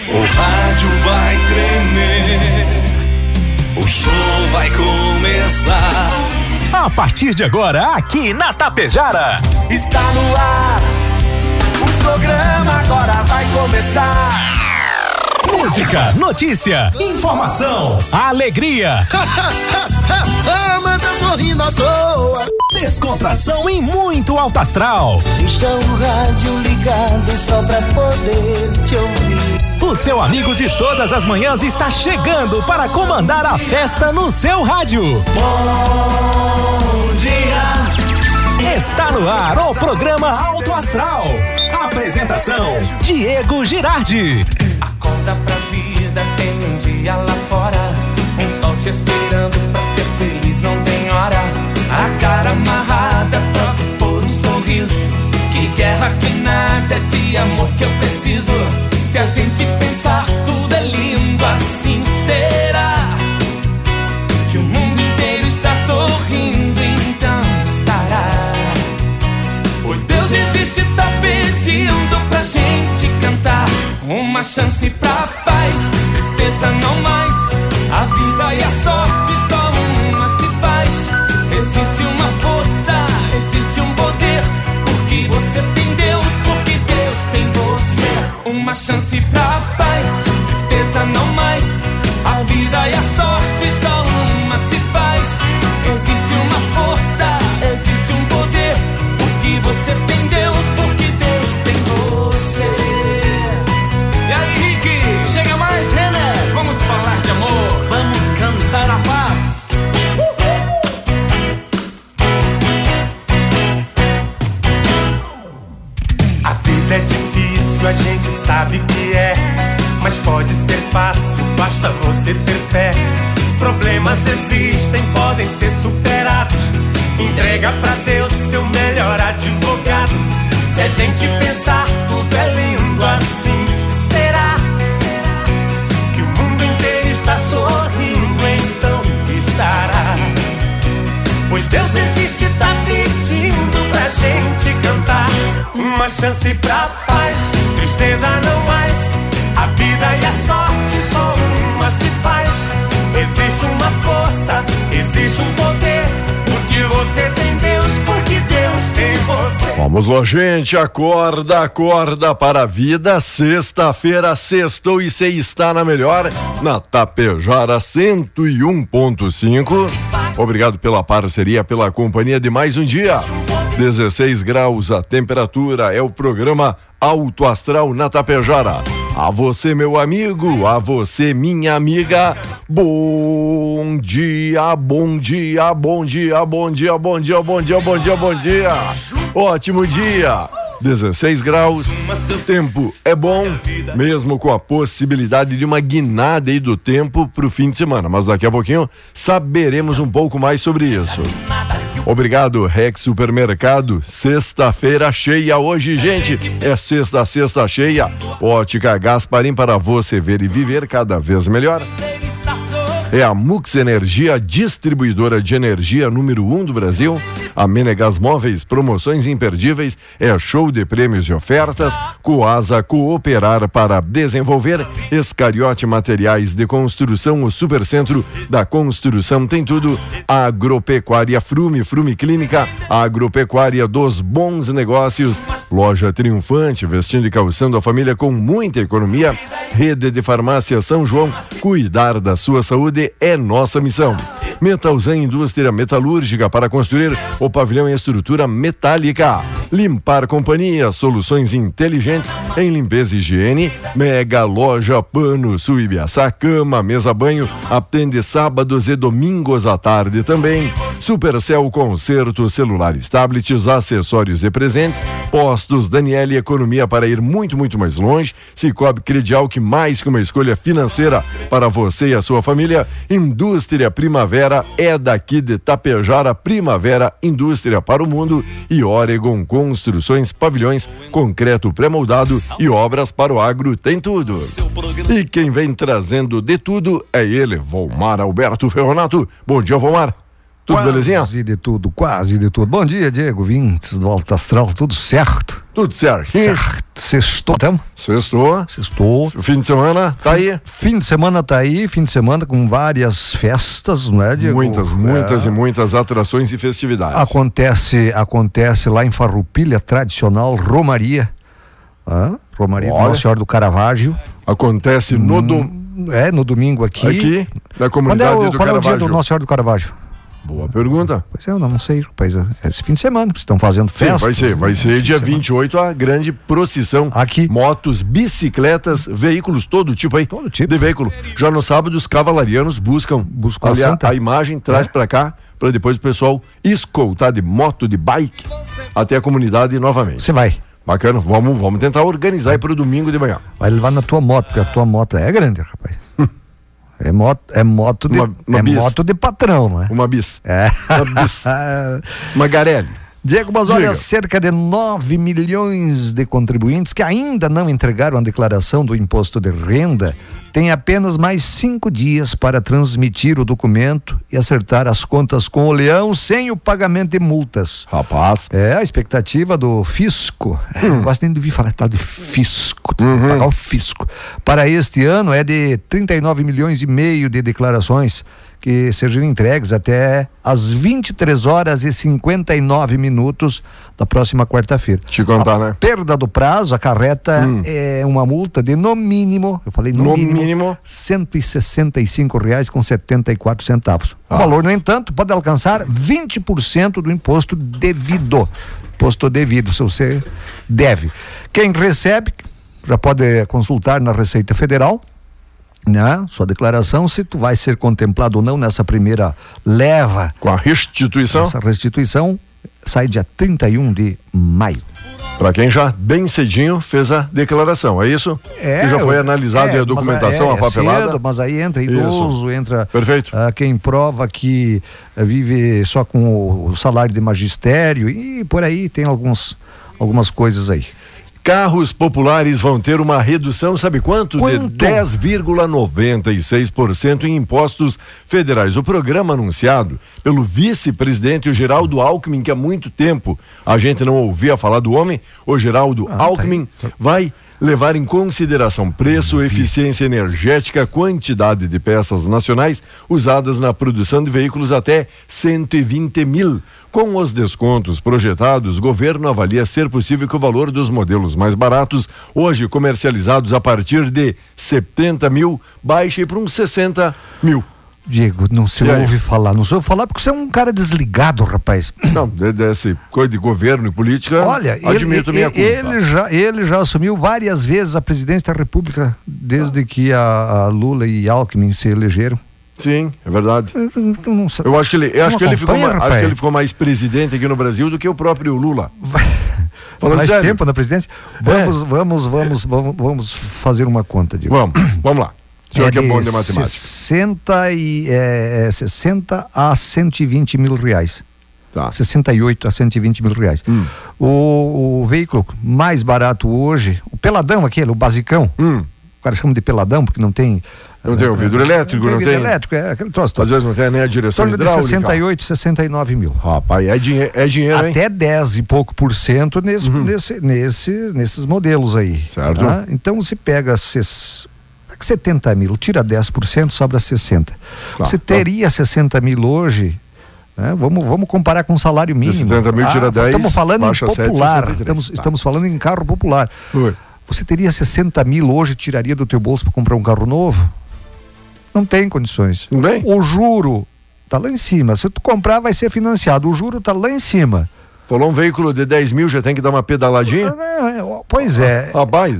O rádio vai tremer, o show vai começar. A partir de agora, aqui na Tapejara. Está no ar, o programa agora vai começar. Música, notícia, informação, alegria. Mas eu tô rindo à toa. Descontração e muito alto astral. Deixa o rádio ligado só pra poder te ouvir. O seu amigo de todas as manhãs está chegando para comandar a festa no seu rádio. Bom dia. Está no ar o programa Alto Astral. Apresentação: Diego Girardi. Acorda pra vida, tem um dia lá fora. Um sol te esperando pra ser feliz, não tem hora. A cara amarrada, troca por um sorriso. Que guerra, que nada, de amor que eu preciso. Se a gente pensar tudo é lindo, assim será. Que o mundo inteiro está sorrindo, então estará. Pois Deus existe, tá pedindo pra gente cantar. Uma chance pra paz, tristeza não mais. A vida e a sorte só uma se faz. Existe uma força, existe um poder. Porque você tem Deus, porque Deus tem você. Uma chance pra paz, tristeza não mais. A vida e a sorte só uma se faz. Existe uma força, existe um poder. Porque você tem Deus, porque Deus tem você. E aí, Rick, chega mais, René. Vamos falar de amor, vamos cantar a paz. A vida é difícil, a gente sabe que é. Mas pode ser fácil, basta você ter fé. Problemas existem, podem ser superados. Entrega pra Deus seu melhor advogado. Se a gente pensar tudo é lindo assim, será que o mundo inteiro está sorrindo, então estará. Pois Deus existe, tá pedindo pra gente cantar. Uma chance pra paz, tristeza não mais. A vida e a sorte só uma se faz. Existe uma força, existe um poder. Porque você tem Deus, porque Deus tem você. Vamos lá, gente, acorda para a vida. Sexta-feira, sextou e você está na melhor, na Tapejara 101.5. Obrigado pela parceria, pela companhia de mais um dia. 16 graus a temperatura, é o programa Alto Astral na Tapejara. A você, meu amigo, a você, minha amiga, bom dia, bom dia, bom dia, bom dia, bom dia, bom dia, bom dia, bom dia. Ótimo dia, 16 graus, tempo é bom, mesmo com a possibilidade de uma guinada aí do tempo pro fim de semana, mas daqui a pouquinho saberemos um pouco mais sobre isso. Obrigado, Rex Supermercado. Sexta-feira cheia hoje, gente. É sexta cheia. Ótica Gasparim, para você ver e viver cada vez melhor. É a Mux Energia, distribuidora de energia número 1 do Brasil. A Menegas Móveis, promoções imperdíveis, é show de prêmios e ofertas. Coasa, cooperar para desenvolver. Escariote Materiais de Construção, o Supercentro da Construção tem tudo. Agropecuária Frume Clínica, a agropecuária dos bons negócios. Loja Triunfante, vestindo e calçando a família com muita economia. Rede de Farmácia São João, cuidar da sua saúde é nossa missão. Metalzan Indústria Metalúrgica, para construir o pavilhão em estrutura metálica. Limpar Companhia, soluções inteligentes em limpeza e higiene. Mega Loja Pano Suibiaçá, cama, mesa, banho, atende sábados e domingos à tarde também. Supercell Concerto, celulares, tablets, acessórios e presentes. Postos Daniele, economia para ir muito, muito mais longe. Cicobi Credial, que mais que uma escolha financeira para você e a sua família. Indústria Primavera, é daqui de Tapejara. Primavera, indústria para o mundo. E Oregon Construções, pavilhões, concreto pré-moldado e obras para o agro, tem tudo. E quem vem trazendo de tudo é ele, Volmar Alberto Ferronato. Bom dia, Volmar. Tudo belezinha? Quase de tudo. Bom dia, Diego, vintes do Alto Astral, tudo certo? Tudo certo. Sextou, então? Sextou. O fim de semana tá aí. Fim de semana tá aí, fim de semana com várias festas, não é, Diego? Muitas atrações e festividades. Acontece lá em Farroupilha, tradicional Romaria. Romaria do Nossa Senhora do Caravaggio. Acontece no domingo aqui. Aqui, na comunidade do Caravaggio. Qual é o dia do Nossa Senhora do Caravaggio? Boa pergunta. Pois é, eu não sei, rapaz. Esse fim de semana, estão fazendo festa. Sim, vai ser dia 28 a grande procissão. Aqui. Motos, bicicletas, veículos, todo tipo aí. Todo tipo. De veículo. Já no sábado, os cavalarianos buscam ali a imagem, traz pra cá, pra depois o pessoal escoltar de moto, de bike, até a comunidade novamente. Você vai. Bacana, vamos tentar organizar aí pro domingo de manhã. Vai levar na tua moto, porque a tua moto é grande, rapaz. É moto de patrão, não é? Uma bis. Uma bis. Uma Garelli. Diego, mas olha, cerca de 9 milhões de contribuintes que ainda não entregaram a declaração do imposto de renda têm apenas mais 5 dias para transmitir o documento e acertar as contas com o leão sem o pagamento de multas. Rapaz. A expectativa do fisco, não gosto nem de ouvir falar tal de fisco, pagar o fisco, para este ano é de 39 milhões e meio de declarações que sejam entregues até às 23 horas e 59 minutos da próxima quarta-feira. Te contar, né? Perda do prazo acarreta uma multa de no mínimo R$ 165,74. O valor, no entanto, pode alcançar 20% do imposto devido. Se você deve. Quem recebe já pode consultar na Receita Federal, né? Sua declaração, se tu vai ser contemplado ou não nessa primeira leva. Com a restituição? Essa restituição sai dia 31 de maio. Para quem já bem cedinho fez a declaração, é isso? Que já foi analisada a documentação, a papelada. Cedo, mas aí entra idoso, entra. Perfeito. Quem prova que vive só com o salário de magistério e por aí tem algumas coisas aí. Carros populares vão ter uma redução, sabe quanto? De 10,96% em impostos federais. O programa anunciado pelo vice-presidente, o Geraldo Alckmin, que há muito tempo a gente não ouvia falar do homem, o Geraldo Alckmin vai levar em consideração preço, eficiência energética, quantidade de peças nacionais usadas na produção de veículos até 120 mil. Com os descontos projetados, o governo avalia ser possível que o valor dos modelos mais baratos, hoje comercializados a partir de 70 mil, baixe para uns 60 mil. Diego, não se ouve falar porque você é um cara desligado, rapaz. Não, dessa coisa de governo e política, olha, admito minha culpa. Ele já assumiu várias vezes a presidência da República, desde que a Lula e Alckmin se elegeram. Sim, é verdade. Eu acho que ele ficou mais presidente aqui no Brasil do que o próprio Lula. Mais tempo na presidência? Vamos fazer uma conta, Diego. Vamos lá. O senhor que é bom de matemática. 60 a 120 mil reais. Tá. 68 a 120 mil reais. O veículo mais barato hoje, o peladão aquele, o basicão, o cara chama de peladão porque não tem... Não tem o vidro elétrico, não tem... elétrico, aquele troço. Às vezes não tem nem a direção hidráulica. De 68, 69 mil. Rapaz, é dinheiro, hein? Até 10 e pouco por cento nesses modelos aí. Certo. Tá? Então você pega 70 mil, tira 10%, sobra 60. Você teria 60 mil hoje, né? Vamos comparar com o salário mínimo. 70 mil tira 10, estamos falando em popular, 7, estamos falando em carro popular. Você teria 60 mil hoje, tiraria do teu bolso para comprar um carro novo? Não tem condições. Não tem? O juro tá lá em cima. Se tu comprar, vai ser financiado. O juro tá lá em cima. Falou um veículo de 10 mil, já tem que dar uma pedaladinha? Pois é.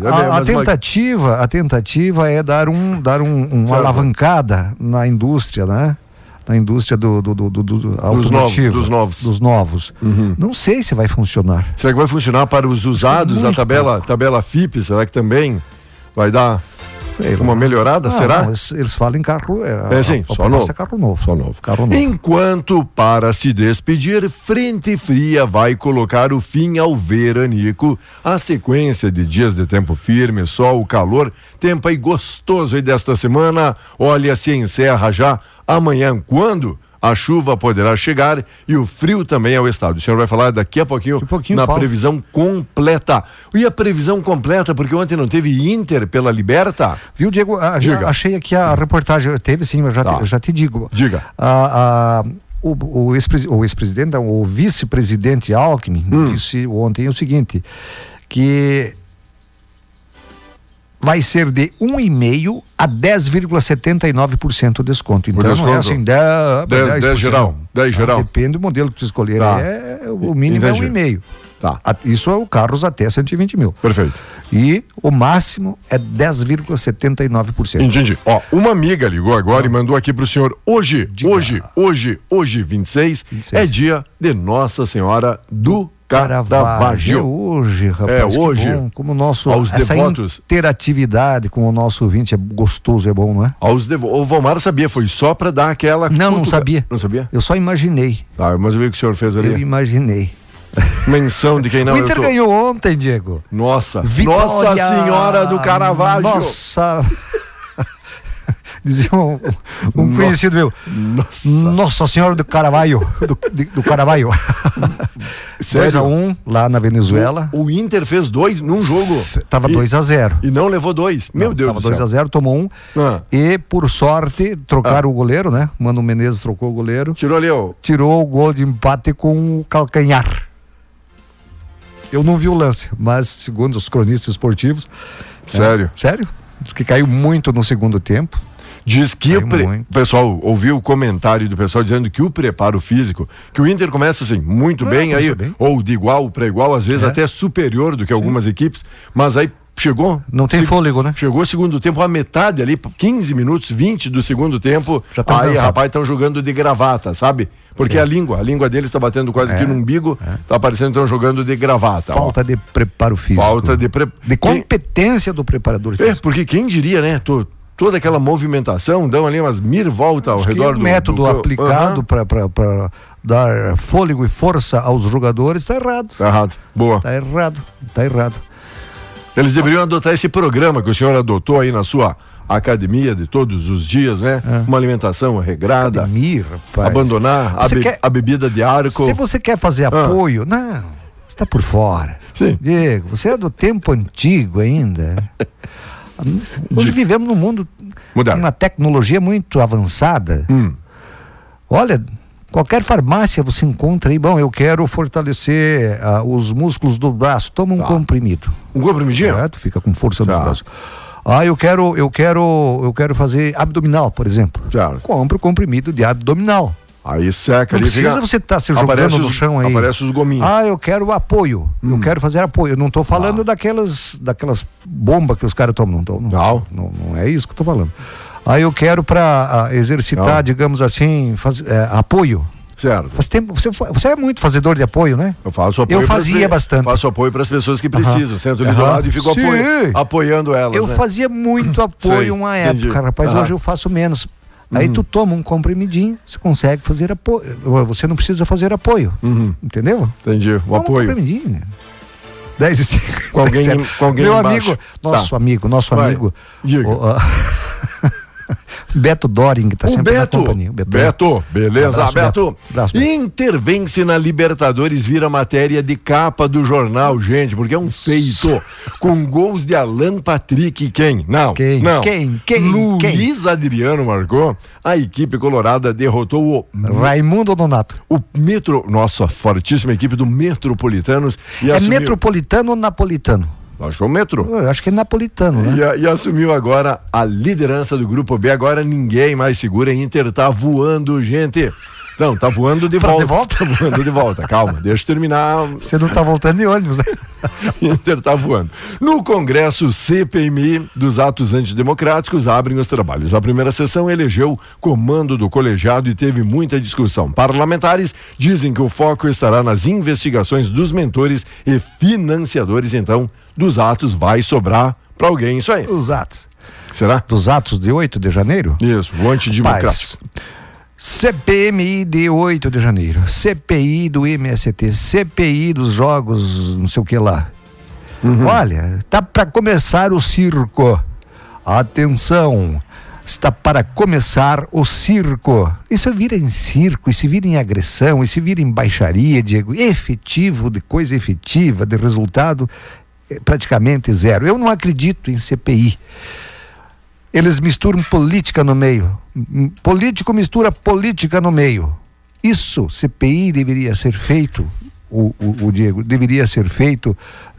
A tentativa é dar uma alavancada na indústria, né? Na indústria do automotivo. Dos novos. Não sei se vai funcionar. Será que vai funcionar para os usados? A tabela FIP, será que também vai dar uma melhorada? Será? Não, eles falam em carro. Sim, só novo. Carro novo. Enquanto, para se despedir, Frente Fria vai colocar o fim ao veranico. A sequência de dias de tempo firme, sol, calor, tempo aí gostoso aí desta semana, olha, se encerra já amanhã. Quando? a chuva poderá chegar e o frio também ao estado. O senhor vai falar daqui a pouquinho na previsão completa. E a previsão completa, porque ontem não teve Inter pela Liberta? Viu, Diego? Achei aqui a reportagem. Teve sim, eu já te digo. Diga. O ex-presidente, o vice-presidente Alckmin disse ontem o seguinte, que vai ser de 1,5% a 10,79% de desconto. Então não é assim 10 geral. Depende do modelo que tu escolher. O mínimo é 1,5%. Tá. Isso é o carros até 120 mil. Perfeito. E o máximo é 10,79%. Entendi. Ó, uma amiga ligou agora e mandou aqui pro senhor. Hoje, 26, é dia de Nossa Senhora do Caravaggio. É hoje, rapaz. É hoje. Bom, como aos essa devotos. Interatividade com o nosso ouvinte é gostoso, é bom, não é? O Valmar sabia, foi só pra dar aquela... Não sabia. Não sabia? Eu só imaginei. Mas eu vi o que o senhor fez ali. Eu imaginei. Menção de quem não... O Inter ganhou ontem, Diego. Nossa. Vitória... Nossa Senhora do Caravaggio. Nossa... Dizia um conhecido meu. Nossa Senhora do Caravaggio. Do Caravaggio. 2-1 lá na Venezuela. O Inter fez 2 num jogo. Tava 2-0. E não levou 2. Meu Deus do céu. Tava 2-0, tomou 1. E por sorte, trocaram o goleiro, né? Mano Menezes trocou o goleiro. Tirou o gol de empate com o calcanhar. Eu não vi o lance, mas segundo os cronistas esportivos. Sério? Sério? Diz que caiu muito no segundo tempo. Diz que o pessoal ouviu o comentário do pessoal dizendo que o preparo físico, que o Inter começa assim, muito bem, aí, ou de igual para igual, às vezes até superior do que algumas equipes, mas aí chegou... Não tem fôlego, né? Chegou o segundo tempo, a metade ali, 15 minutos, 20 do segundo tempo, já tá aí, rapaz, estão jogando de gravata, sabe? Porque a língua deles está batendo quase que no umbigo, tá parecendo que estão jogando de gravata. Falta de preparo físico. Falta de competência do preparador físico. Porque quem diria, né? Toda aquela movimentação, dão ali umas 1000 voltas ao redor do... O método aplicado para dar fôlego e força aos jogadores está errado. Tá errado. Boa. Está errado. Eles deveriam adotar esse programa que o senhor adotou aí na sua academia de todos os dias, né? Uma alimentação regrada. Academia, rapaz. Abandonar a bebida de álcool. Se você quer fazer apoio, não, você está por fora. Sim. Diego, você é do tempo antigo ainda. Hoje vivemos num mundo moderno, uma tecnologia muito avançada. Olha, qualquer farmácia você encontra aí, bom, eu quero fortalecer os músculos do braço, toma um comprimido. Um comprimidinho? Tu fica com força nos braços. Eu quero fazer abdominal, por exemplo. Compra o comprimido de abdominal. Aí seca ali. Não precisa você estar se jogando no chão aí. Aparece os gominhos. Eu quero apoio. Eu quero fazer apoio. Eu não estou falando daquelas bombas que os caras tomam. Não é isso que eu estou falando. Eu quero para exercitar, digamos assim, apoio. Certo. Faz tempo, você é muito fazedor de apoio, né? Eu faço apoio. Eu fazia bastante. Faço apoio para as pessoas que precisam. Sento ali do lado e fico apoiando elas. Eu fazia muito apoio uma época, rapaz. Hoje eu faço menos. Aí tu toma um comprimidinho, você consegue fazer apoio. Você não precisa fazer apoio. Entendeu? Entendi. O apoio. Um comprimidinho. 10:05. Com alguém Meu embaixo. amigo, nosso amigo. Diga. Beto Doring, que tá sempre na companhia. Beto, beleza, Abraço, Beto. Inter vence na Libertadores, vira matéria de capa do jornal, gente, porque é um feito. Com gols de Alan Patrick, quem? Quem? Luiz Adriano marcou. A equipe colorada derrotou o Raimundo Donato. O nossa fortíssima equipe do Metropolitanos. Metropolitano ou napolitano? Acho que é o Metro. Eu acho que é napolitano, né? E assumiu agora a liderança do Grupo B. Agora ninguém mais segura. Inter tá voando, gente. Não, tá voando de volta. De volta? Tá voando de volta. Calma, deixa eu terminar. Você não tá voltando de ônibus, né? Inter tá voando. No Congresso, CPMI dos atos antidemocráticos abrem os trabalhos. A primeira sessão elegeu comando do colegiado e teve muita discussão. Parlamentares dizem que o foco estará nas investigações dos mentores e financiadores. Então, dos atos vai sobrar para alguém isso aí. Os atos. Será? Dos atos de 8 de janeiro? Isso, o antidemocrático. CPMI de 8 de janeiro, CPI do MST, CPI dos jogos, não sei o que lá. Olha, tá para começar o circo. Atenção, está para começar o circo. Isso vira em circo, isso vira em agressão, isso vira em baixaria, Diego. Efetivo, de coisa efetiva, de resultado praticamente zero. Eu não acredito em CPI. Eles misturam política no meio. Político mistura política no meio. Isso, CPI deveria ser feito, o Diego, deveria ser feito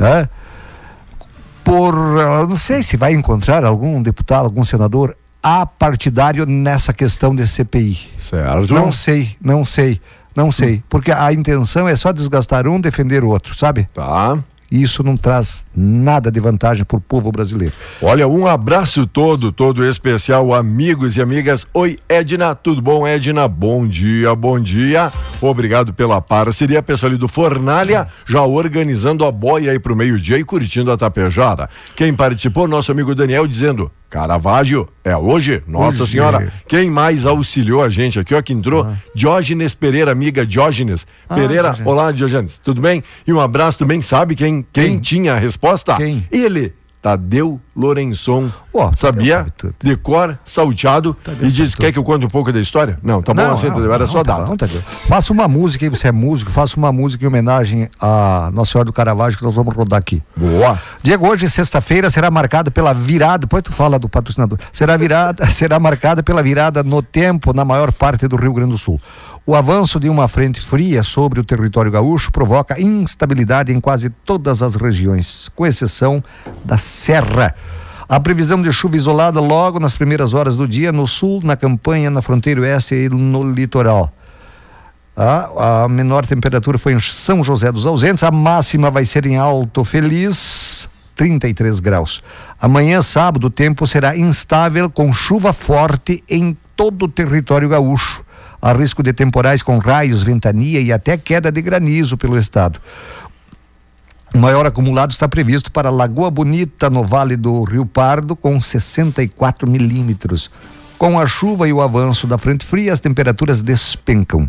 não sei se vai encontrar algum deputado, algum senador apartidário nessa questão de CPI. Certo. Não sei, porque a intenção é só desgastar um, defender o outro, sabe? Tá. Isso não traz nada de vantagem para o povo brasileiro. Olha, um abraço todo especial, amigos e amigas. Oi, Edna, tudo bom, Edna? Bom dia. Obrigado pela parceria, pessoal ali do Fornalha, já organizando a boia aí pro meio-dia e curtindo a Tapejara. Quem participou, nosso amigo Daniel, dizendo: Caravaggio, é hoje? Nossa Senhora. Quem mais auxiliou a gente aqui, ó, que entrou? Diógenes Pereira, amiga Diógenes Pereira. Diógenes. Olá, Diógenes, tudo bem? E um abraço também, sabe quem tinha a resposta? Quem? Ele, Tadeu Lourençon. Sabia? De cor, salteado. Tadeu e diz: quer que eu conte um pouco da história? Não, tá bom assim, era só data. Faça uma música aí, você é músico, faça uma música em homenagem a Nossa Senhora do Caravaggio, que nós vamos rodar aqui. Boa. Diego, hoje, sexta-feira, será marcada pela virada, depois tu fala do patrocinador, será marcada pela virada no tempo na maior parte do Rio Grande do Sul. O avanço de uma frente fria sobre o território gaúcho provoca instabilidade em quase todas as regiões, com exceção da Serra. A previsão de chuva isolada logo nas primeiras horas do dia no sul, na campanha, na fronteira oeste e no litoral. A menor temperatura foi em São José dos Ausentes, a máxima vai ser em Alto Feliz, 33 graus. Amanhã, sábado, o tempo será instável com chuva forte em todo o território gaúcho. Há risco de temporais com raios, ventania e até queda de granizo pelo estado. O maior acumulado está previsto para Lagoa Bonita, no Vale do Rio Pardo, com 64 milímetros. Com a chuva e o avanço da frente fria, as temperaturas despencam.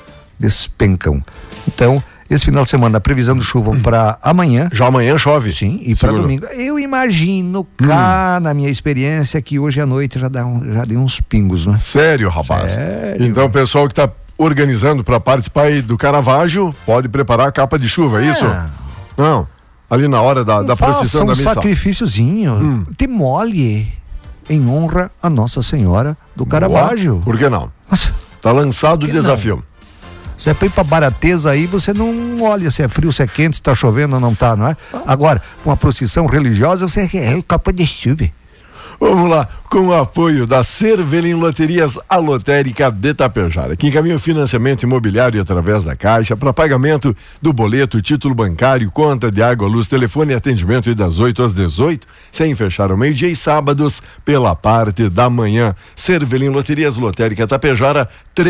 Então, esse final de semana, a previsão de chuva para amanhã. Já amanhã chove? Sim, e para domingo. Eu imagino, na minha experiência, que hoje à noite já deu uns pingos, né? Sério, rapaz? Sério. Então, o pessoal que está organizando para participar aí do Caravaggio, pode preparar a capa de chuva, é isso? Não, ali na hora da procissão da missa. Faça um sacrifíciozinho, te molhe em honra a Nossa Senhora do Caravaggio. Por que não? Tá lançado o desafio. Você é para Barateza aí, você não olha se é frio, se é quente, se tá chovendo ou não tá, não é? Agora, uma procissão religiosa, você é capa de chuva. Vamos lá, com o apoio da Cervelim Loterias, a lotérica de Tapejara, que encaminha o financiamento imobiliário através da Caixa para pagamento do boleto, título bancário, conta de água, luz, telefone e atendimento das 8 às 18, sem fechar ao meio-dia e sábados pela parte da manhã. Cervelim Loterias, lotérica Tapejara,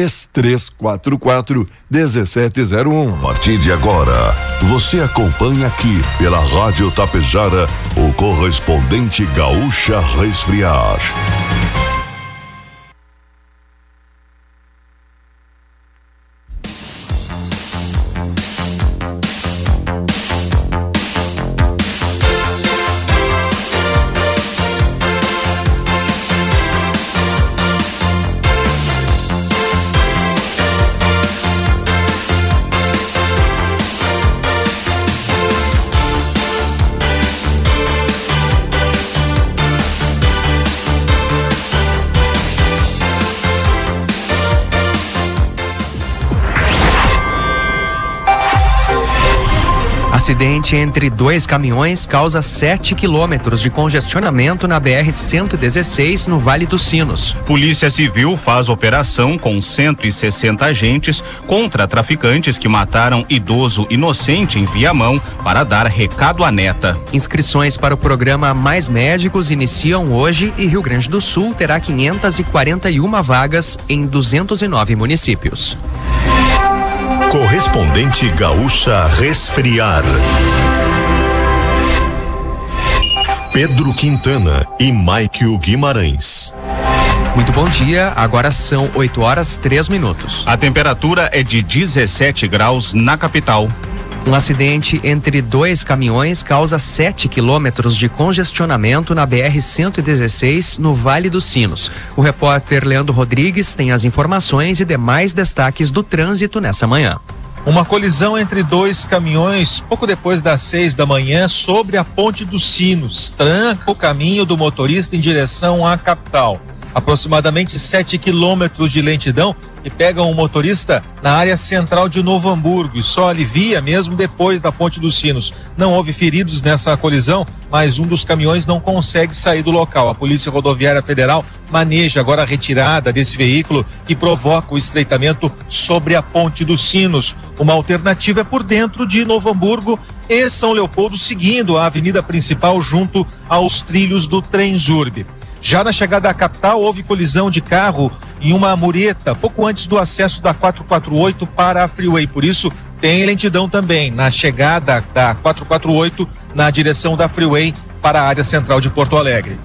3344-1701. A partir de agora, você acompanha aqui pela Rádio Tapejara o correspondente Gaúcha Resfriar. Acidente entre dois caminhões causa 7 quilômetros de congestionamento na BR-116 no Vale dos Sinos. Polícia Civil faz operação com 160 agentes contra traficantes que mataram idoso inocente em Viamão para dar recado à neta. Inscrições para o programa Mais Médicos iniciam hoje e Rio Grande do Sul terá 541 vagas em 209 municípios. Correspondente Gaúcha Resfriar. Pedro Quintana e Maikio Guimarães. Muito bom dia, agora são 8 horas 3 minutos. A temperatura é de 17 graus na capital. Um acidente entre 2 caminhões causa 7 quilômetros de congestionamento na BR-116, no Vale dos Sinos. O repórter Leandro Rodrigues tem as informações e demais destaques do trânsito nessa manhã. Uma colisão entre 2 caminhões pouco depois das 6 da manhã sobre a Ponte dos Sinos tranca o caminho do motorista em direção à capital. Aproximadamente 7 quilômetros de lentidão e pegam o motorista na área central de Novo Hamburgo e só alivia mesmo depois da Ponte dos Sinos. Não houve feridos nessa colisão, mas um dos caminhões não consegue sair do local. A Polícia Rodoviária Federal maneja agora a retirada desse veículo que provoca o estreitamento sobre a Ponte dos Sinos. Uma alternativa é por dentro de Novo Hamburgo e São Leopoldo, seguindo a avenida principal junto aos trilhos do Trenzurbe. Já na chegada à capital, houve colisão de carro em uma mureta, pouco antes do acesso da 448 para a Freeway. Por isso, tem lentidão também na chegada da 448 na direção da Freeway para a área central de Porto Alegre.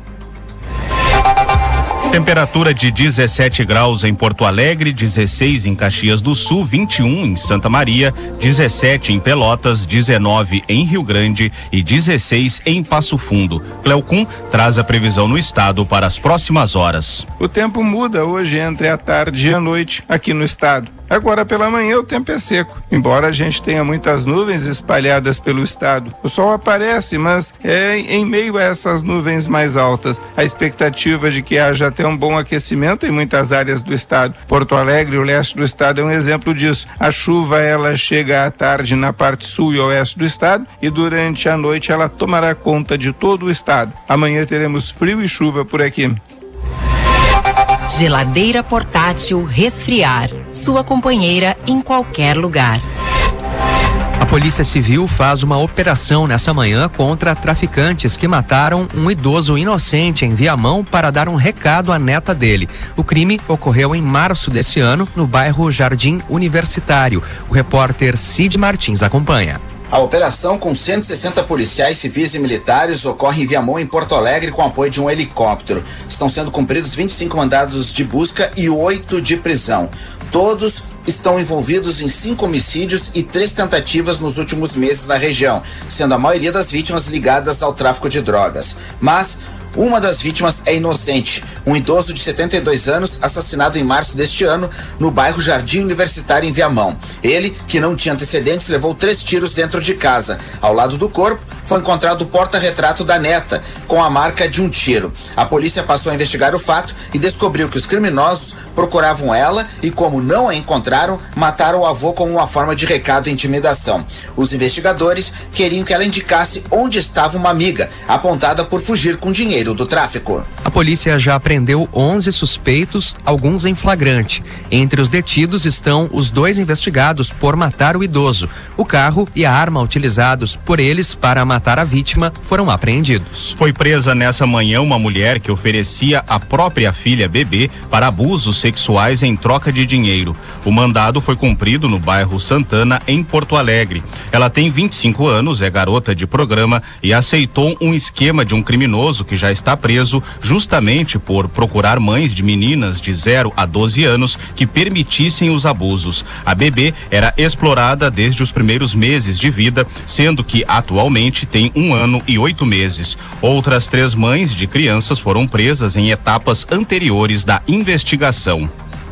Temperatura de 17 graus em Porto Alegre, 16 em Caxias do Sul, 21 em Santa Maria, 17 em Pelotas, 19 em Rio Grande e 16 em Passo Fundo. Cleocum traz a previsão no estado para as próximas horas. O tempo muda hoje entre a tarde e a noite aqui no estado. Agora pela manhã o tempo é seco, embora a gente tenha muitas nuvens espalhadas pelo estado. O sol aparece, mas é em meio a essas nuvens mais altas. A expectativa de que haja até um bom aquecimento em muitas áreas do estado. Porto Alegre, o leste do estado, é um exemplo disso. A chuva ela chega à tarde na parte sul e oeste do estado e durante a noite ela tomará conta de todo o estado. Amanhã teremos frio e chuva por aqui. Geladeira portátil Resfriar, sua companheira em qualquer lugar. A Polícia Civil faz uma operação nessa manhã contra traficantes que mataram um idoso inocente em Viamão para dar um recado à neta dele. O crime ocorreu em março desse ano, no bairro Jardim Universitário. O repórter Cid Martins acompanha. A operação, com 160 policiais civis e militares, ocorre em Viamão, em Porto Alegre, com apoio de um helicóptero. Estão sendo cumpridos 25 mandados de busca e 8 de prisão. Todos estão envolvidos em 5 homicídios e 3 tentativas nos últimos meses na região, sendo a maioria das vítimas ligadas ao tráfico de drogas. Mas uma das vítimas é inocente, um idoso de 72 anos assassinado em março deste ano no bairro Jardim Universitário, em Viamão. Ele, que não tinha antecedentes, levou 3 tiros dentro de casa. Ao lado do corpo foi encontrado o porta-retrato da neta, com a marca de um tiro. A polícia passou a investigar o fato e descobriu que os criminosos procuravam ela e, como não a encontraram, mataram o avô como uma forma de recado e intimidação. Os investigadores queriam que ela indicasse onde estava uma amiga, apontada por fugir com dinheiro do tráfico. A polícia já apreendeu 11 suspeitos, alguns em flagrante. Entre os detidos estão os 2 investigados por matar o idoso. O carro e a arma utilizados por eles para matar a vítima foram apreendidos. Foi presa nessa manhã uma mulher que oferecia a própria filha bebê para abusos sexuais em troca de dinheiro. O mandado foi cumprido no bairro Santana, em Porto Alegre. Ela tem 25 anos, é garota de programa e aceitou um esquema de um criminoso que já está preso justamente por procurar mães de meninas de 0 a 12 anos que permitissem os abusos. A bebê era explorada desde os primeiros meses de vida, sendo que atualmente tem 1 ano e 8 meses. Outras 3 mães de crianças foram presas em etapas anteriores da investigação.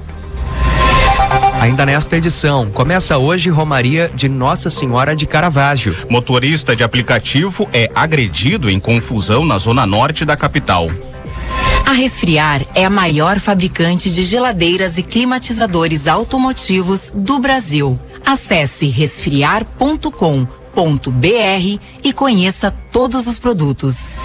Ainda nesta edição, começa hoje Romaria de Nossa Senhora de Caravaggio. Motorista de aplicativo é agredido em confusão na zona norte da capital. A Resfriar é a maior fabricante de geladeiras e climatizadores automotivos do Brasil. Acesse resfriar.com.br e conheça todos os produtos.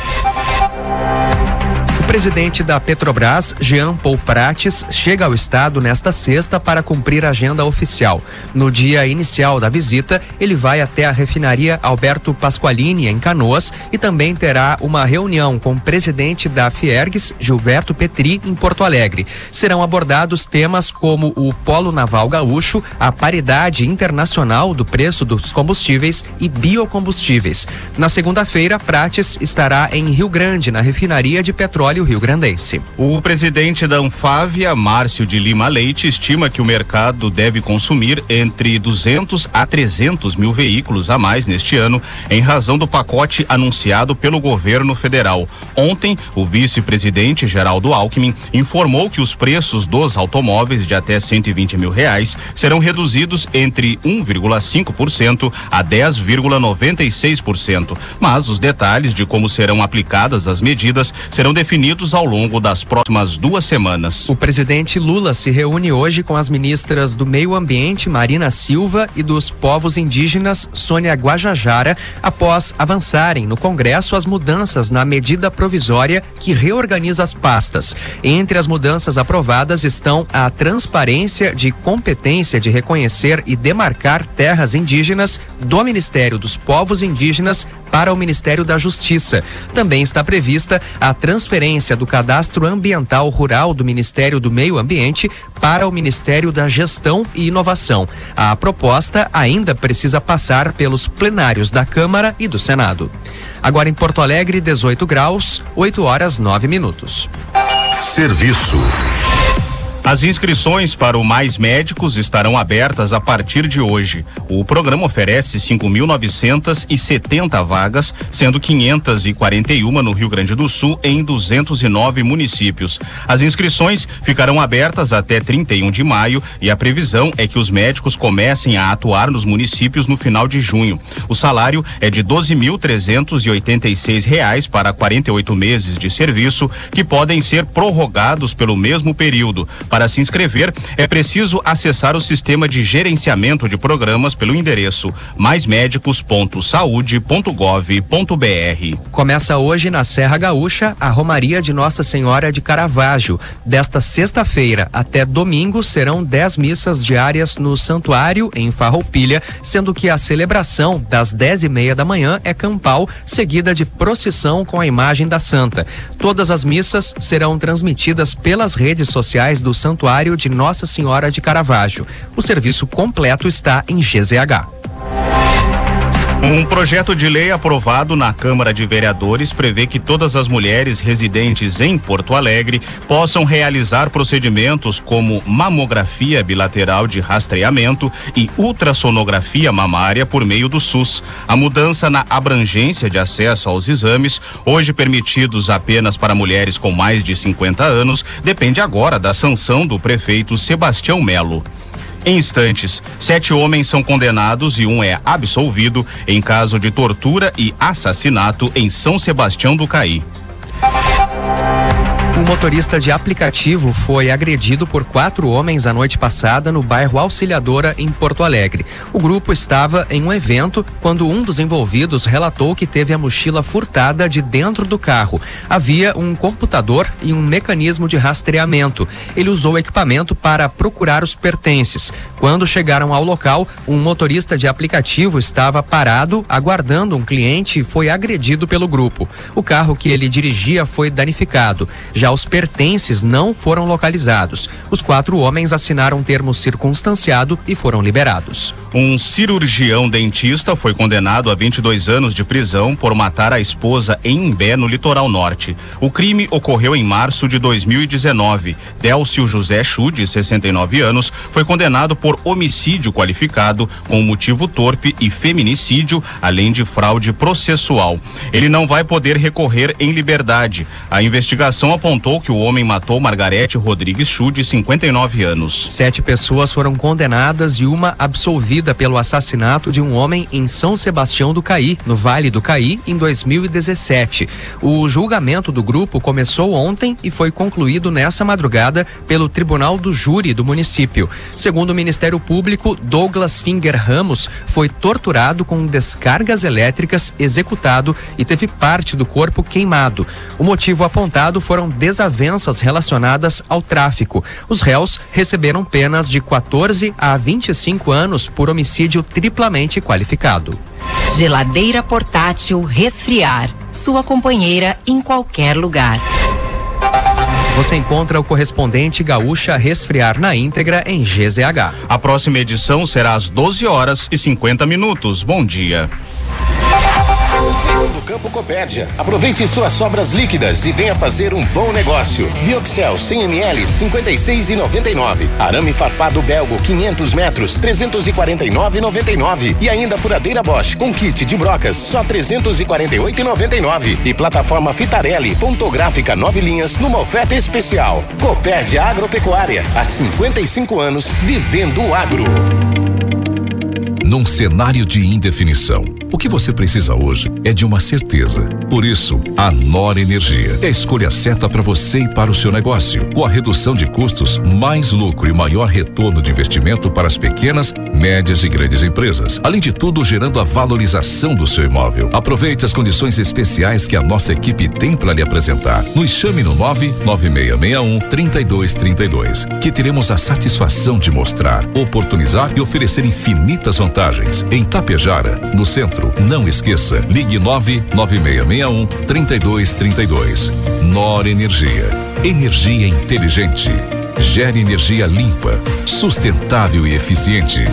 O presidente da Petrobras, Jean Paul Prates, chega ao estado nesta sexta para cumprir a agenda oficial. No dia inicial da visita, ele vai até a refinaria Alberto Pasqualini, em Canoas, e também terá uma reunião com o presidente da Fiergs, Gilberto Petri, em Porto Alegre. Serão abordados temas como o Polo Naval Gaúcho, a paridade internacional do preço dos combustíveis e biocombustíveis. Na segunda-feira, Prates estará em Rio Grande, na refinaria de petróleo território rio-grandense. O presidente da Anfávia, Márcio de Lima Leite, estima que o mercado deve consumir entre 200 a 300 mil veículos a mais neste ano, em razão do pacote anunciado pelo governo federal. Ontem, o vice-presidente Geraldo Alckmin informou que os preços dos automóveis de até R$120 mil serão reduzidos entre 1,5% a 10,96%, mas os detalhes de como serão aplicadas as medidas serão definidos ao longo das próximas 2 semanas. O presidente Lula se reúne hoje com as ministras do Meio Ambiente, Marina Silva, e dos povos indígenas, Sônia Guajajara, após avançarem no Congresso as mudanças na medida provisória que reorganiza as pastas. Entre as mudanças aprovadas estão a transparência de competência de reconhecer e demarcar terras indígenas do Ministério dos Povos Indígenas para o Ministério da Justiça. Também está prevista a transferência do Cadastro Ambiental Rural do Ministério do Meio Ambiente para o Ministério da Gestão e Inovação. A proposta ainda precisa passar pelos plenários da Câmara e do Senado. Agora em Porto Alegre, 18 graus, 8h09. Serviço. As inscrições para o Mais Médicos estarão abertas a partir de hoje. O programa oferece 5.970 vagas, sendo 541 no Rio Grande do Sul, em 209 municípios. As inscrições ficarão abertas até 31 de maio e a previsão é que os médicos comecem a atuar nos municípios no final de junho. O salário é de R$ 12.386 para 48 meses de serviço, que podem ser prorrogados pelo mesmo período. Para se inscrever, é preciso acessar o sistema de gerenciamento de programas pelo endereço maismedicos.saude.gov.br. Começa hoje na Serra Gaúcha a Romaria de Nossa Senhora de Caravaggio. Desta sexta-feira até domingo serão 10 missas diárias no santuário em Farroupilha, sendo que a celebração das 10h30 da manhã é campal, seguida de procissão com a imagem da Santa. Todas as missas serão transmitidas pelas redes sociais do Santuário de Nossa Senhora de Caravaggio. O serviço completo está em GZH. Um projeto de lei aprovado na Câmara de Vereadores prevê que todas as mulheres residentes em Porto Alegre possam realizar procedimentos como mamografia bilateral de rastreamento e ultrassonografia mamária por meio do SUS. A mudança na abrangência de acesso aos exames, hoje permitidos apenas para mulheres com mais de 50 anos, depende agora da sanção do prefeito Sebastião Melo. Em instantes, 7 homens são condenados e um é absolvido em caso de tortura e assassinato em São Sebastião do Caí. Um motorista de aplicativo foi agredido por 4 homens a noite passada no bairro Auxiliadora, em Porto Alegre. O grupo estava em um evento quando um dos envolvidos relatou que teve a mochila furtada de dentro do carro. Havia um computador e um mecanismo de rastreamento. Ele usou o equipamento para procurar os pertences. Quando chegaram ao local, um motorista de aplicativo estava parado, aguardando um cliente e foi agredido pelo grupo. O carro que ele dirigia foi danificado. Já os pertences não foram localizados. Os 4 homens assinaram um termo circunstanciado e foram liberados. Um cirurgião dentista foi condenado a 22 anos de prisão por matar a esposa em Imbé, no litoral norte. O crime ocorreu em março de 2019. Délcio José Chu, de 69 anos, foi condenado por homicídio qualificado com motivo torpe e feminicídio, além de fraude processual. Ele não vai poder recorrer em liberdade. A investigação apontou que o homem matou Margarete Rodrigues Chu, de 59 anos. 7 pessoas foram condenadas e uma absolvida pelo assassinato de um homem em São Sebastião do Caí, no Vale do Caí, em 2017. O julgamento do grupo começou ontem e foi concluído nessa madrugada pelo Tribunal do Júri do município. Segundo o Ministério Público, Douglas Finger Ramos foi torturado com descargas elétricas, executado e teve parte do corpo queimado. O motivo apontado foram desavenças relacionadas ao tráfico. Os réus receberam penas de 14 a 25 anos por homicídio triplamente qualificado. Geladeira portátil Resfriar, sua companheira em qualquer lugar. Você encontra o correspondente Gaúcha Resfriar na íntegra em GZH. A próxima edição será às 12h50. Bom dia. Campo Copérdia. Aproveite suas sobras líquidas e venha fazer um bom negócio. Bioxel 100 ml 56,99. Arame farpado Belgo 500 metros 349,99. E ainda furadeira Bosch com kit de brocas só 348,99. E plataforma Fitarelli pontográfica 9 linhas numa oferta especial. Copérdia Agropecuária, há 55 anos vivendo o agro. Num cenário de indefinição, o que você precisa hoje é de uma certeza. Por isso, a Nor Energia é a escolha certa para você e para o seu negócio. Com a redução de custos, mais lucro e maior retorno de investimento para as pequenas, médias e grandes empresas. Além de tudo, gerando a valorização do seu imóvel. Aproveite as condições especiais que a nossa equipe tem para lhe apresentar. Nos chame no 99661-3232, que teremos a satisfação de mostrar, oportunizar e oferecer infinitas vantagens. Em Tapejara, no centro, não esqueça, ligue 99661-3232. Nor Energia. Energia inteligente. Gere energia limpa, sustentável e eficiente.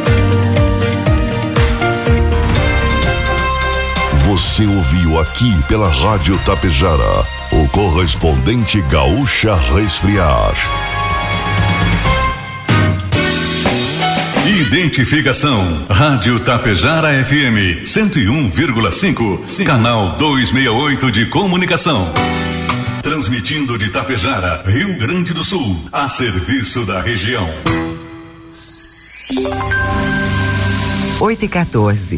Você ouviu aqui pela Rádio Tapejara, o correspondente Gaúcha Resfriar. Identificação. Rádio Tapejara FM 101,5, canal 268 de comunicação. Transmitindo de Tapejara, Rio Grande do Sul, a serviço da região. 8h14.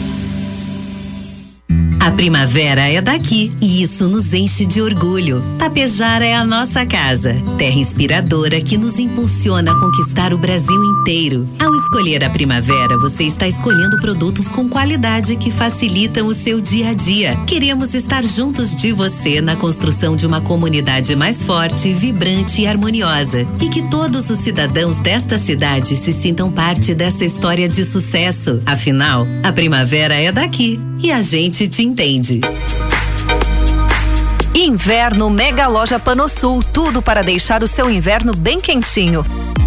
A primavera é daqui e isso nos enche de orgulho. Tapejara é a nossa casa, terra inspiradora que nos impulsiona a conquistar o Brasil inteiro. Ao escolher a primavera, você está escolhendo produtos com qualidade que facilitam o seu dia a dia. Queremos estar juntos de você na construção de uma comunidade mais forte, vibrante e harmoniosa. E que todos os cidadãos desta cidade se sintam parte dessa história de sucesso. Afinal, a primavera é daqui e a gente te entende. Inverno Mega Loja Panosul, tudo para deixar o seu inverno bem quentinho.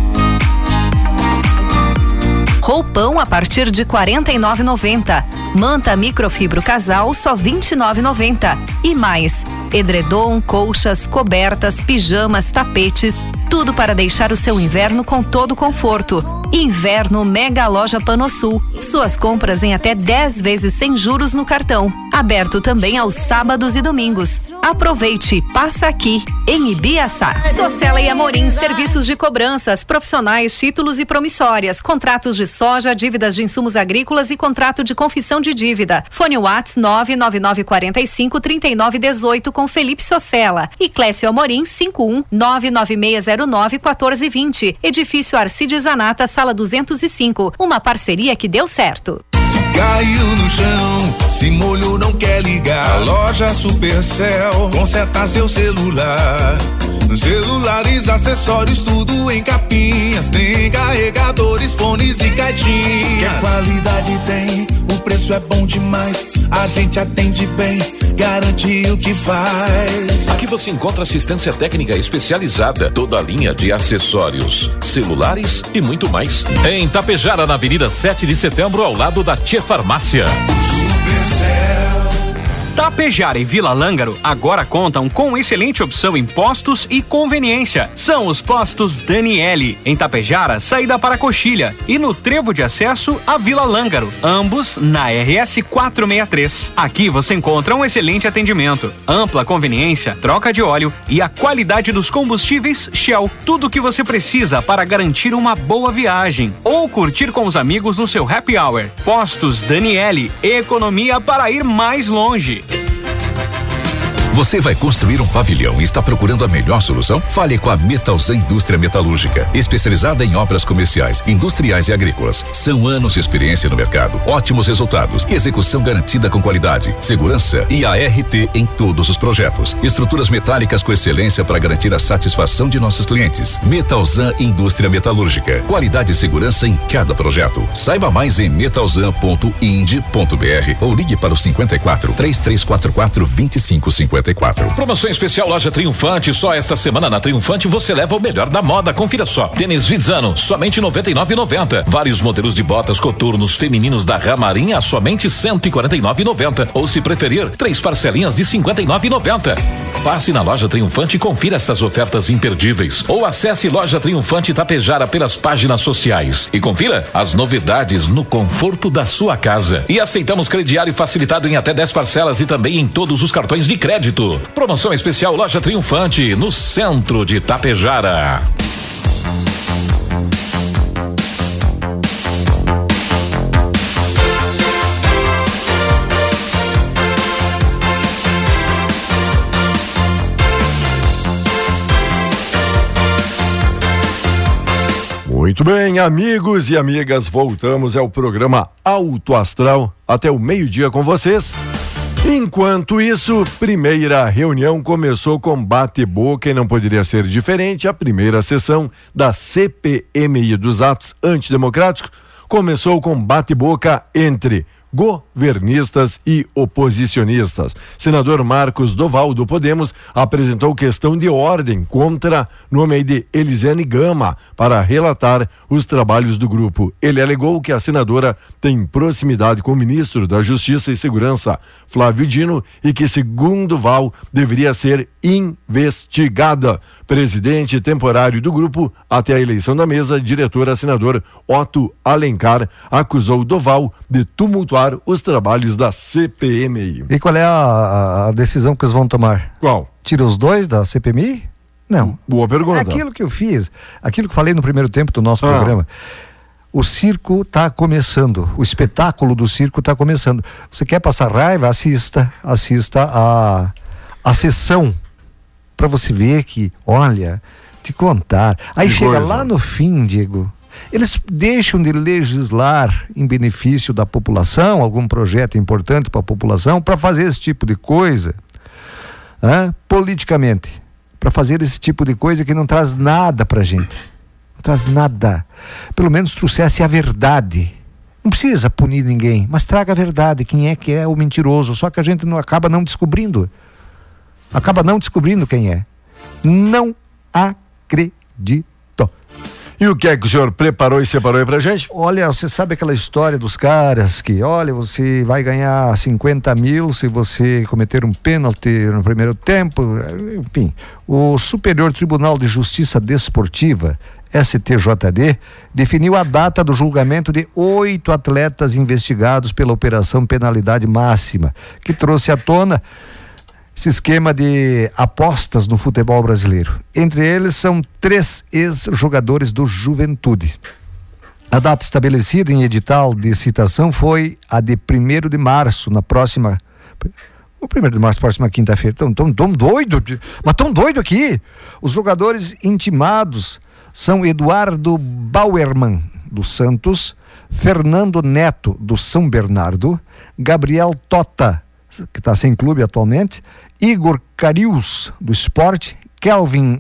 Roupão a partir de R$ 49,90. Manta microfibro casal só R$ 29,90. E mais, edredom, colchas, cobertas, pijamas, tapetes, tudo para deixar o seu inverno com todo conforto. Inverno Mega Loja Panosul. Suas compras em até 10 vezes sem juros no cartão. Aberto também aos sábados e domingos. Aproveite, passa aqui em Ibiaçá. Socela e Amorim, serviços de cobranças, profissionais, títulos e promissórias, contratos de soja, dívidas de insumos agrícolas e contrato de confissão de dívida. Fone Whats 99945-3918 com Felipe Socela e Clécio Amorim 51-99609-1420. Edifício Arcides Zanata, sala 205. Uma parceria que deu certo. Caiu no chão, se molhou, não quer ligar. A loja Supercell conserta seu celular. Celulares, acessórios, tudo em capinhas. Tem carregadores, fones e caixinhas. Que qualidade tem, o preço é bom demais. A gente atende bem, garante o que faz. Aqui você encontra assistência técnica especializada, toda a linha de acessórios, celulares e muito mais. Em Tapejara, na Avenida 7 de Setembro, ao lado da Tia Farmácia. Tapejara e Vila Lângaro agora contam com excelente opção em postos e conveniência. São os postos Daniele, em Tapejara, saída para Coxilha, e no trevo de acesso a Vila Lângaro, ambos na RS 463. Aqui você encontra um excelente atendimento, ampla conveniência, troca de óleo e a qualidade dos combustíveis Shell. Tudo o que você precisa para garantir uma boa viagem ou curtir com os amigos no seu happy hour. Postos Daniele, economia para ir mais longe. Você vai construir um pavilhão e está procurando a melhor solução? Fale com a Metalzan Indústria Metalúrgica, especializada em obras comerciais, industriais e agrícolas. São anos de experiência no mercado, ótimos resultados, execução garantida com qualidade, segurança e ART em todos os projetos. Estruturas metálicas com excelência para garantir a satisfação de nossos clientes. Metalzan Indústria Metalúrgica, qualidade e segurança em cada projeto. Saiba mais em metalzan.ind.br ou ligue para o 54 3344 2550. 99999-0054. Promoção especial Loja Triunfante. Só esta semana na Triunfante você leva o melhor da moda. Confira só. Tênis Vizano, somente R$ 99,90. Vários modelos de botas coturnos femininos da Ramarinha, somente R$ 149,90. Ou se preferir, 3 parcelinhas de R$ 59,90. Passe na Loja Triunfante e confira essas ofertas imperdíveis. Ou acesse Loja Triunfante Tapejara pelas páginas sociais e confira as novidades no conforto da sua casa. E aceitamos crediário facilitado em até 10 parcelas e também em todos os cartões de crédito. Promoção especial Loja Triunfante, no centro de Tapejara. Muito bem, amigos e amigas, voltamos ao programa Alto Astral até o meio-dia com vocês. Enquanto isso, primeira reunião começou com bate-boca e não poderia ser diferente. A primeira sessão da CPMI dos atos antidemocráticos começou com bate-boca entre governistas e oposicionistas. Senador Marcos Doval, do Podemos, apresentou questão de ordem contra nome de Elisiane Gama para relatar os trabalhos do grupo. Ele alegou que a senadora tem proximidade com o ministro da Justiça e Segurança, Flávio Dino, e que, segundo Val, deveria ser investigada. Presidente temporário do grupo até a eleição da mesa, diretora senador Otto Alencar, acusou Doval de tumultuar os trabalhos da CPMI. E qual é a decisão que eles vão tomar? Qual? Tira os dois da CPMI? Não. Boa pergunta. É aquilo que eu fiz, aquilo que falei no primeiro tempo do nosso programa. O circo está começando, o espetáculo do circo está começando. Você quer passar raiva? Assista a sessão, para você ver que, olha, te contar. Aí que chega coisa. Lá no fim, Diego, eles deixam de legislar em benefício da população, algum projeto importante para a população, para fazer esse tipo de coisa, politicamente, para fazer esse tipo de coisa que não traz nada para a gente, não traz nada. Pelo menos trouxesse a verdade. Não precisa punir ninguém, mas traga a verdade, quem é que é o mentiroso, só que a gente acaba não descobrindo quem é. Não acredito. E o que é que o senhor preparou e separou aí pra gente? Olha, você sabe aquela história dos caras que, olha, você vai ganhar 50 mil se você cometer um pênalti no primeiro tempo, enfim. O Superior Tribunal de Justiça Desportiva, STJD, definiu a data do julgamento de 8 atletas investigados pela Operação Penalidade Máxima, que trouxe à tona esse esquema de apostas no futebol brasileiro. Entre eles são 3 ex-jogadores do Juventude. A data estabelecida em edital de citação foi a de 1º de março, próxima quinta-feira. Tão doido, mas tão doido aqui. Os jogadores intimados são Eduardo Bauerman, do Santos, Fernando Neto, do São Bernardo, Gabriel Tota, que está sem clube atualmente, Igor Carius, do Sport, Kelvin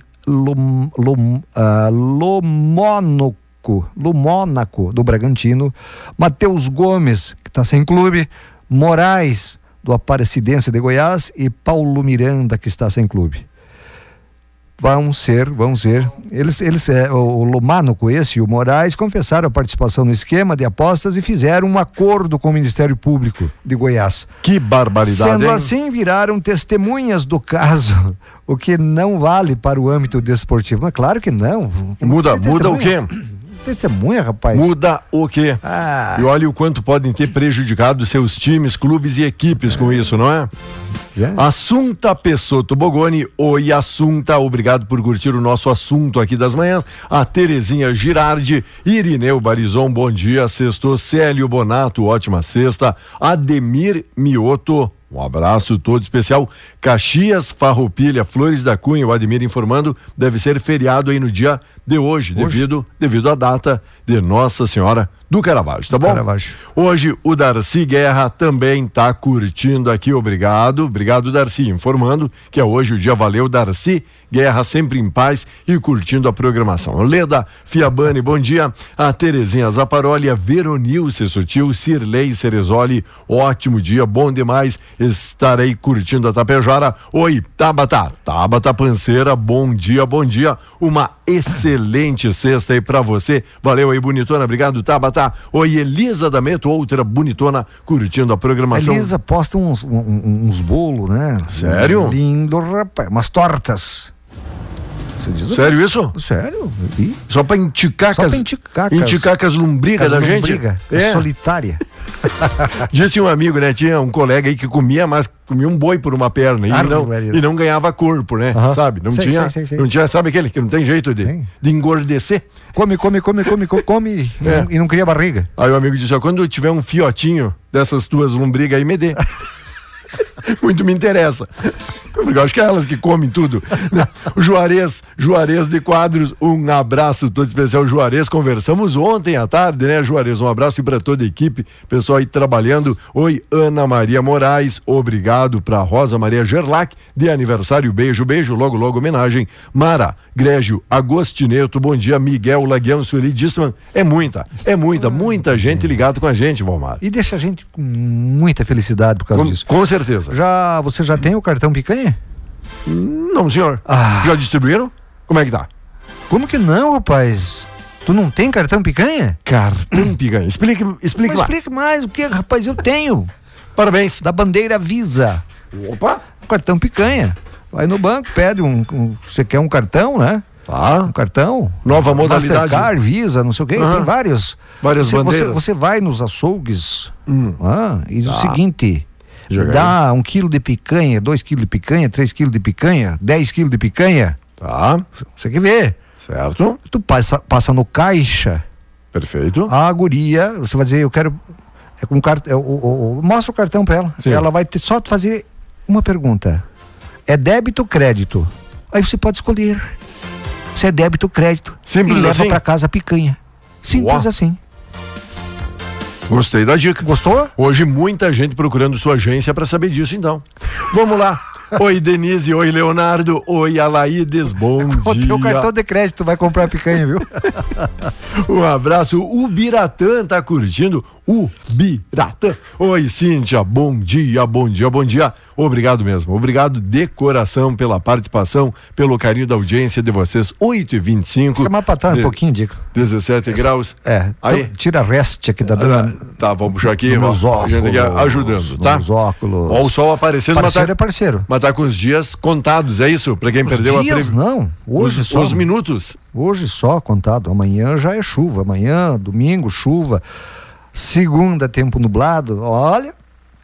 Lomônaco, do Bragantino, Matheus Gomes, que está sem clube, Moraes, do Aparecidense de Goiás, e Paulo Miranda, que está sem clube. Vão ser, eles o Lomônaco e o Moraes confessaram a participação no esquema de apostas e fizeram um acordo com o Ministério Público de Goiás. Que barbaridade, Sendo assim, viraram testemunhas do caso, o que não vale para o âmbito desportivo. Mas claro que não. Muda o quê? Testemunha, rapaz. Muda o quê? E olha o quanto podem ter prejudicado seus times, clubes e equipes com isso, não é? Assunta Pessotto Bogoni. Oi, Assunta, obrigado por curtir o nosso assunto aqui das manhãs. A Terezinha Girardi, Irineu Barizon, bom dia. Sextou. Célio Bonato, ótima sexta. Ademir Mioto, um abraço todo especial. Caxias Farroupilha, Flores da Cunha, o Ademir informando, deve ser feriado aí no dia de hoje? Devido à data de Nossa Senhora do Caravaggio, tá bom? Caravaggio. Hoje o Darcy Guerra também tá curtindo aqui, obrigado Darcy, informando que é hoje o dia. Valeu, Darcy Guerra, sempre em paz e curtindo a programação. Leda Fiabani, bom dia. A Terezinha Zaparoli, a Veronilce Sutil, Cirlei Cerezoli, ótimo dia, bom demais estarei curtindo a Tapejara. Oi, Tabata Panceira, bom dia. Uma excelente sexta aí pra você. Valeu aí, bonitona, obrigado, Tabata. Oi, Elisa D'Ameto, outra bonitona, curtindo a programação. Elisa posta uns bolos, né? Sério? Lindo, rapaz. Umas tortas. Você diz Sério isso? Sério. Só pra enticar com as lombrigas da gente? Solitária. Disse um amigo, né? Tinha um colega aí que comia um boi por uma perna e não ganhava corpo, né? Sabe? Não tinha, sabe aquele que não tem jeito de engordecer? Come e não cria barriga. Aí o amigo disse, ó, quando tiver um fiotinho dessas tuas lombrigas aí, me dê. Muito me interessa. Porque eu acho que é elas que comem tudo. O Juarez de Quadros, um abraço todo especial, Juarez. Conversamos ontem à tarde, né, Juarez? Um abraço para toda a equipe, pessoal aí trabalhando. Oi, Ana Maria Moraes, obrigado para Rosa Maria Gerlach, de aniversário, beijo, logo homenagem. Mara Grégio Agostineto, bom dia. Miguel Laguião, Sueli Dissman. É muita gente ligada com a gente, Valmar. E deixa a gente com muita felicidade por causa disso. Com certeza. Você já tem o cartão picanha? Não, senhor. Já distribuíram? Como é que tá? Como que não, rapaz? Tu não tem cartão picanha? Cartão picanha. Explique mais. Explique mais. O que, rapaz? Eu tenho. Parabéns. Da bandeira Visa. Opa. Cartão picanha. Vai no banco, pede você quer um cartão, né? Um cartão. Nova modalidade. Mastercard, Visa, não sei o quê. Tem várias bandeiras. Você vai nos açougues e diz o seguinte... Dá 1 quilo de picanha, 2 quilos de picanha, 3 quilos de picanha, 10 quilos de picanha. Você quer ver? Certo. Tu passa no caixa. Perfeito. A guria, você vai dizer, eu quero. Mostra o cartão pra ela. Sim. Ela vai só fazer uma pergunta. É débito ou crédito? Aí você pode escolher. Se é débito ou crédito. Simples e leva assim? Pra casa a picanha. Simples assim. Gostei da dica. Gostou? Hoje muita gente procurando sua agência para saber disso, então. Vamos lá. Oi, Denise. Oi, Leonardo. Oi, Alaides. Bom dia. O teu cartão de crédito vai comprar picanha, viu? Um abraço. O Biratã tá curtindo. O Biratã. Oi, Cíntia. Bom dia. Obrigado mesmo. Obrigado de coração pela participação, pelo carinho da audiência de vocês. 8h25. Fica mais pra trás um pouquinho, Dico. 17 graus. Aí. Então, tira a reste aqui da dona. Tá, vamos puxar aqui. Meus óculos, ajudando, tá? Meus óculos. Ó, o sol aparecendo. Parceiro é parceiro. Mas tá com os dias contados, é isso? Pra quem perdeu dias, não. Hoje só. Os minutos. Hoje só contado. Amanhã já é chuva. Amanhã, domingo, chuva. Segunda, tempo nublado. Olha.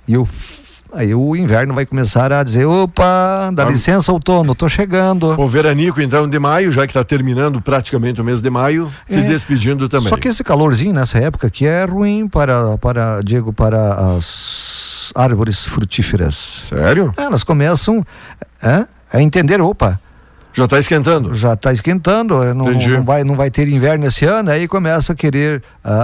Aí o inverno vai começar a dizer, opa, dá licença, outono, tô chegando. O veranico, então, de maio, já que tá terminando praticamente o mês de maio, se despedindo também. Só que esse calorzinho nessa época aqui é ruim para as árvores frutíferas. Sério? Elas começam a entender, opa, já está esquentando. Não vai ter inverno esse ano, aí começa a querer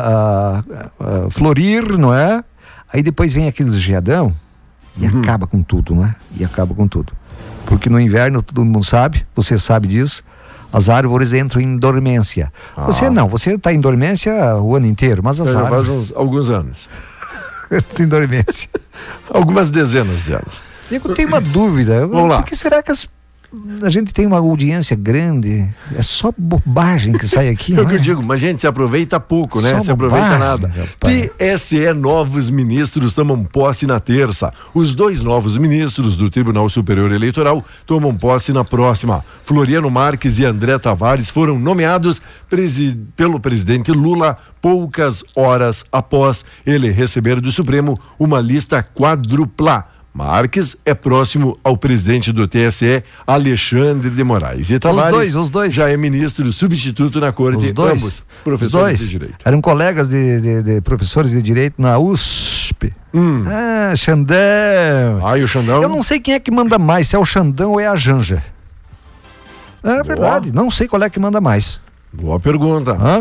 florir, não é? Aí depois vem aqueles geadão e acaba com tudo, não é? Porque no inverno, todo mundo sabe, você sabe disso, as árvores entram em dormência. Você está em dormência o ano inteiro, mas as árvores... Faz alguns anos. Entram em dormência. Algumas dezenas de anos. Eu tenho uma dúvida. Vamos lá. Por que será que a gente tem uma audiência grande? É só bobagem que sai aqui. É o que eu digo, mas gente, se aproveita pouco, né? Se aproveita nada. TSE, novos ministros tomam posse na terça. Os 2 novos ministros do Tribunal Superior Eleitoral tomam posse na próxima. Floriano Marques e André Tavares foram nomeados pelo presidente Lula poucas horas após ele receber do Supremo uma lista quádrupla. Marques é próximo ao presidente do TSE, Alexandre de Moraes. E Tavares os dois. Já é ministro substituto na corte. Ambos professores de direito. Eram colegas de professores de direito na USP. Xandão. E o Xandão? Eu não sei quem é que manda mais, se é o Xandão ou é a Janja. É verdade, não sei qual é que manda mais. Boa pergunta.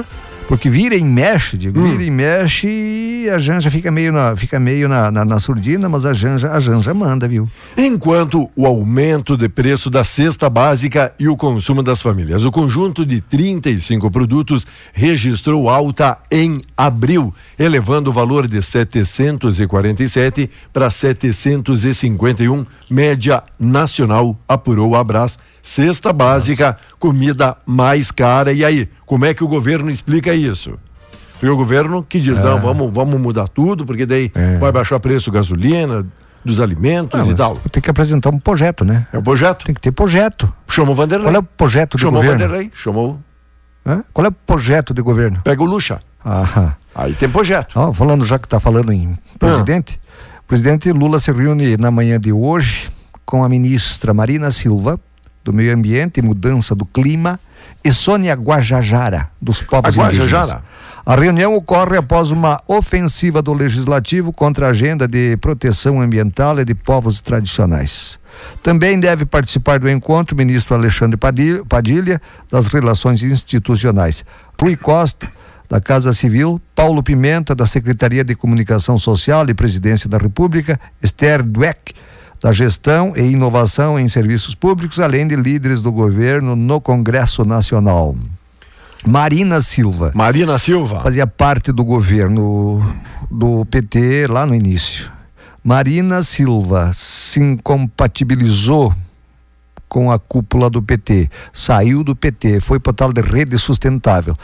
Porque vira e mexe, vira e mexe e a Janja fica meio na surdina, mas a Janja manda, viu? Enquanto o aumento de preço da cesta básica e o consumo das famílias. O conjunto de 35 produtos registrou alta em abril, elevando o valor de 747 para 751, média nacional, apurou a Abras. Cesta básica, comida mais cara. E aí, como é que o governo explica isso? Porque o governo que diz, não, vamos mudar tudo, porque daí vai baixar o preço da gasolina, dos alimentos e tal. Tem que apresentar um projeto, né? É o projeto? Tem que ter projeto. Chamou o Vanderlei. Qual é o projeto do governo? Chamou o Vanderlei, chamou. Qual é o projeto de governo? Pega o Lucha. Aí tem projeto. Falando, já que está falando em presidente, o presidente Lula se reúne na manhã de hoje com a ministra Marina Silva, do Meio Ambiente e Mudança do Clima, e Sônia Guajajara, dos povos indígenas. A reunião ocorre após uma ofensiva do Legislativo contra a agenda de proteção ambiental e de povos tradicionais. Também deve participar do encontro o ministro Alexandre Padilha, das Relações Institucionais, Rui Costa, da Casa Civil, Paulo Pimenta, da Secretaria de Comunicação Social e Presidência da República, Esther Dweck, da Gestão e Inovação em Serviços Públicos, além de líderes do governo no Congresso Nacional. Marina Silva fazia parte do governo do PT lá no início. Marina Silva se incompatibilizou com a cúpula do PT, saiu do PT, foi para o tal de Rede Sustentável.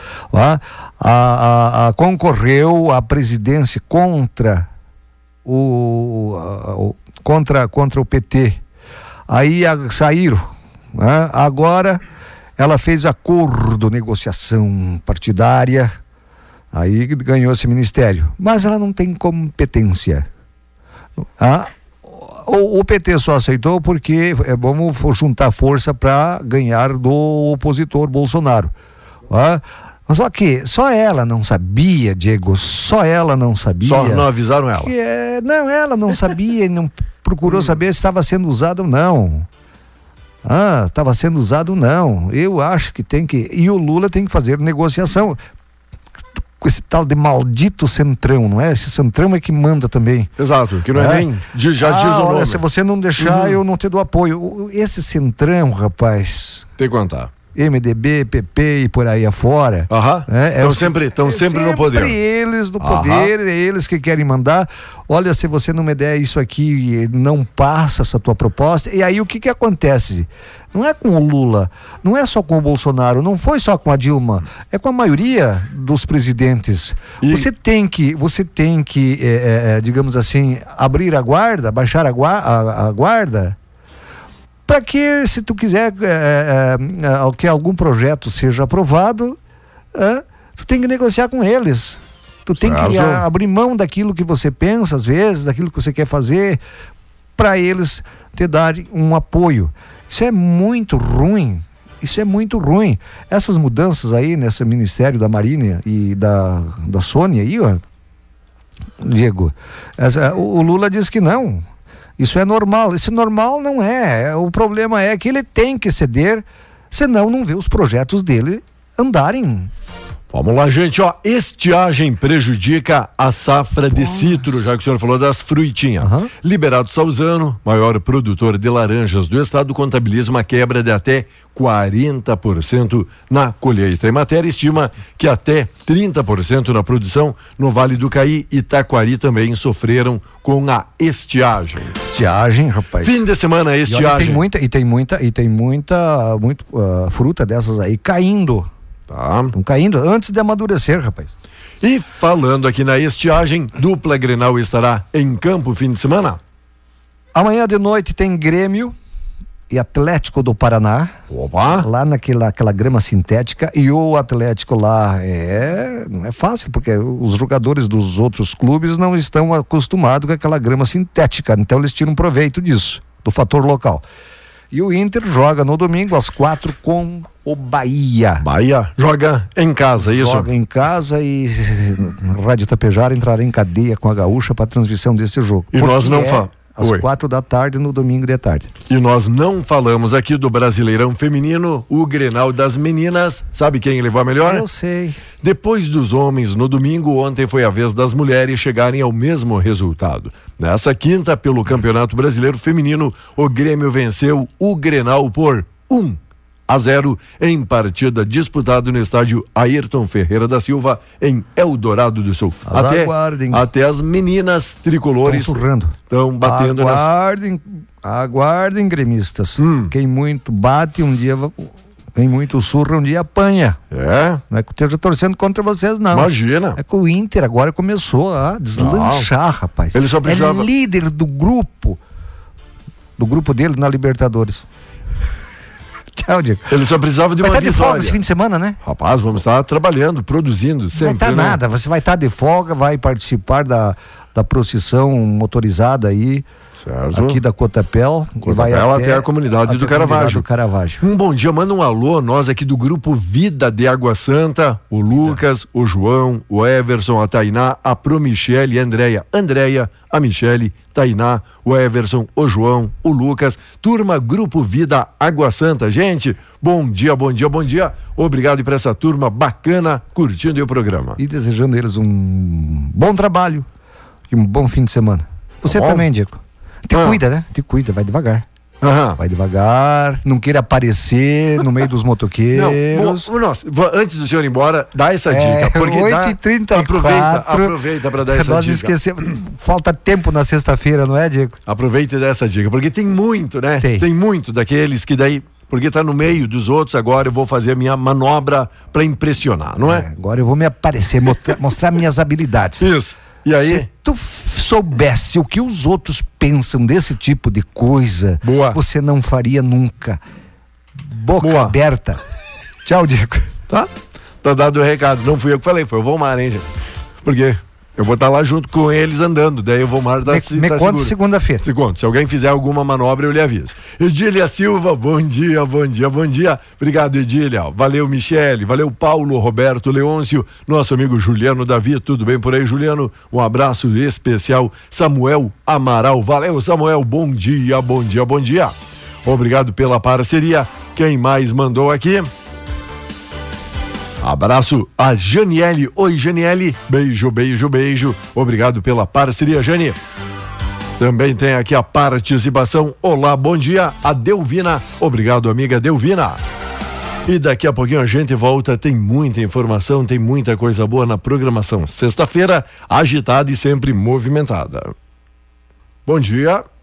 Concorreu à presidência contra o PT. Aí saíram. Agora ela fez acordo, negociação partidária, aí ganhou esse ministério. Mas ela não tem competência. O PT só aceitou porque vamos juntar força para ganhar do opositor Bolsonaro. Só que só ela não sabia, Diego, só ela não sabia. Só não avisaram ela? Não, ela não sabia e não procurou saber se estava sendo usado ou não. Estava sendo usado ou não. Eu acho que tem que... E o Lula tem que fazer negociação com esse tal de maldito Centrão, não é? Esse Centrão é que manda também. Exato, que não é nem... Já diz o nome. Se você não deixar, eu não te dou apoio. Esse Centrão, rapaz... Tem que contar. MDB, PP e por aí afora. Estão sempre no poder. Sempre eles no poder, é eles que querem mandar. Olha, se você não me der isso aqui, não passa essa tua proposta. E aí o que acontece? Não é com o Lula, não é só com o Bolsonaro, não foi só com a Dilma, é com a maioria dos presidentes. Você tem que, digamos assim, abrir a guarda, baixar a guarda, para que, se tu quiser que algum projeto seja aprovado, tu tem que negociar com eles. Tu tem que abrir mão daquilo que você pensa, às vezes, daquilo que você quer fazer, para eles te darem um apoio. Isso é muito ruim. Essas mudanças aí nesse Ministério da Marinha e da Sônia aí, Diego, o Lula diz que não. Isso é normal. Isso normal não é. O problema é que ele tem que ceder, senão não vê os projetos dele andarem. Vamos lá, gente, estiagem prejudica a safra de citro, já que o senhor falou das fruitinhas. Liberado Salzano, maior produtor de laranjas do estado, contabiliza uma quebra de até 40% na colheita. Em matéria, estima que até 30% na produção no Vale do Caí e Taquari também sofreram com a estiagem. Estiagem, rapaz. Fim de semana, estiagem. E tem muita fruta dessas aí caindo. Estão caindo antes de amadurecer, rapaz. E falando aqui na estiagem, dupla Grenal estará em campo fim de semana? Amanhã de noite tem Grêmio e Atlético do Paraná. Lá naquela grama sintética. E o Atlético lá não é fácil, porque os jogadores dos outros clubes não estão acostumados com aquela grama sintética. Então eles tiram proveito disso, do fator local. E o Inter joga no domingo às 4 com o Bahia. Bahia joga em casa, isso? Joga em casa e Rádio Tapejara entrará em cadeia com a Gaúcha para a transmissão desse jogo. E às Oi. 4 da tarde, no domingo de tarde. E nós não falamos aqui do Brasileirão Feminino, o Grenal das meninas. Sabe quem levou a melhor? Eu sei. Depois dos homens no domingo, ontem foi a vez das mulheres chegarem ao mesmo resultado. Nessa quinta, pelo Campeonato Brasileiro Feminino, o Grêmio venceu o Grenal por 1-0 em partida disputada no estádio Ayrton Ferreira da Silva, em Eldorado do Sul. Até as meninas tricolores estão batendo Aguardem, gremistas. Quem muito bate um dia... Quem muito surra um dia apanha. Não é que eu esteja torcendo contra vocês, não. Imagina. É que o Inter agora começou a deslanchar, rapaz. Ele só precisava... É líder do grupo dele na Libertadores. Tchau, Diego. Ele só precisava de uma vitória. Vai estar de folga esse vitória. fim de semana, né? Rapaz, vamos estar trabalhando, produzindo sempre. Não vai estar nada, você vai estar de folga, vai participar da procissão motorizada aí, certo, aqui da Cotapel. Vai até a comunidade do Caravaggio. Um bom dia, manda um alô, nós aqui do grupo Vida de Água Santa, o Lucas, o João, o Everson, a Tainá, a Pro Michele e a Andréia, a Michele, Tainá, o Everson, o João, o Lucas, turma Grupo Vida Água Santa. Gente, bom dia. Obrigado por essa turma bacana, curtindo o programa. E desejando eles um bom trabalho e um bom fim de semana. Você também, Diego. Te cuida, né? Te cuida, vai devagar. Vai devagar, não queira aparecer no meio dos motoqueiros. Antes do senhor ir embora, dá essa dica. Porque 8h34. Aproveita para dar essa dica. Nós esquecemos. Falta tempo na sexta-feira, não é, Diego? Aproveita e dá essa dica, porque tem muito, né? Tem muito daqueles que daí, porque tá no meio dos outros, agora eu vou fazer a minha manobra para impressionar, não é? Agora eu vou me aparecer, mostrar minhas habilidades. Isso. E aí? Se tu soubesse o que os outros pensam desse tipo de coisa, você não faria nunca. Boca aberta. Tchau, Diego. Tá dado o recado. Não fui eu que falei, foi o Volmar, hein, gente? Porque eu vou estar lá junto com eles andando. Daí o Volmar me conta segunda-feira. Se alguém fizer alguma manobra, eu lhe aviso. Edília Silva, bom dia. Obrigado, Edília. Valeu, Michele. Valeu, Paulo, Roberto, Leôncio, nosso amigo Juliano Davi. Tudo bem por aí, Juliano? Um abraço especial. Samuel Amaral. Valeu, Samuel. Bom dia. Obrigado pela parceria. Quem mais mandou aqui? Abraço a Janiele. Oi, Janiele. Beijo. Obrigado pela parceria, Jani. Também tem aqui a participação. Olá, bom dia. A Delvina. Obrigado, amiga Delvina. E daqui a pouquinho a gente volta. Tem muita informação, tem muita coisa boa na programação. Sexta-feira, agitada e sempre movimentada. Bom dia.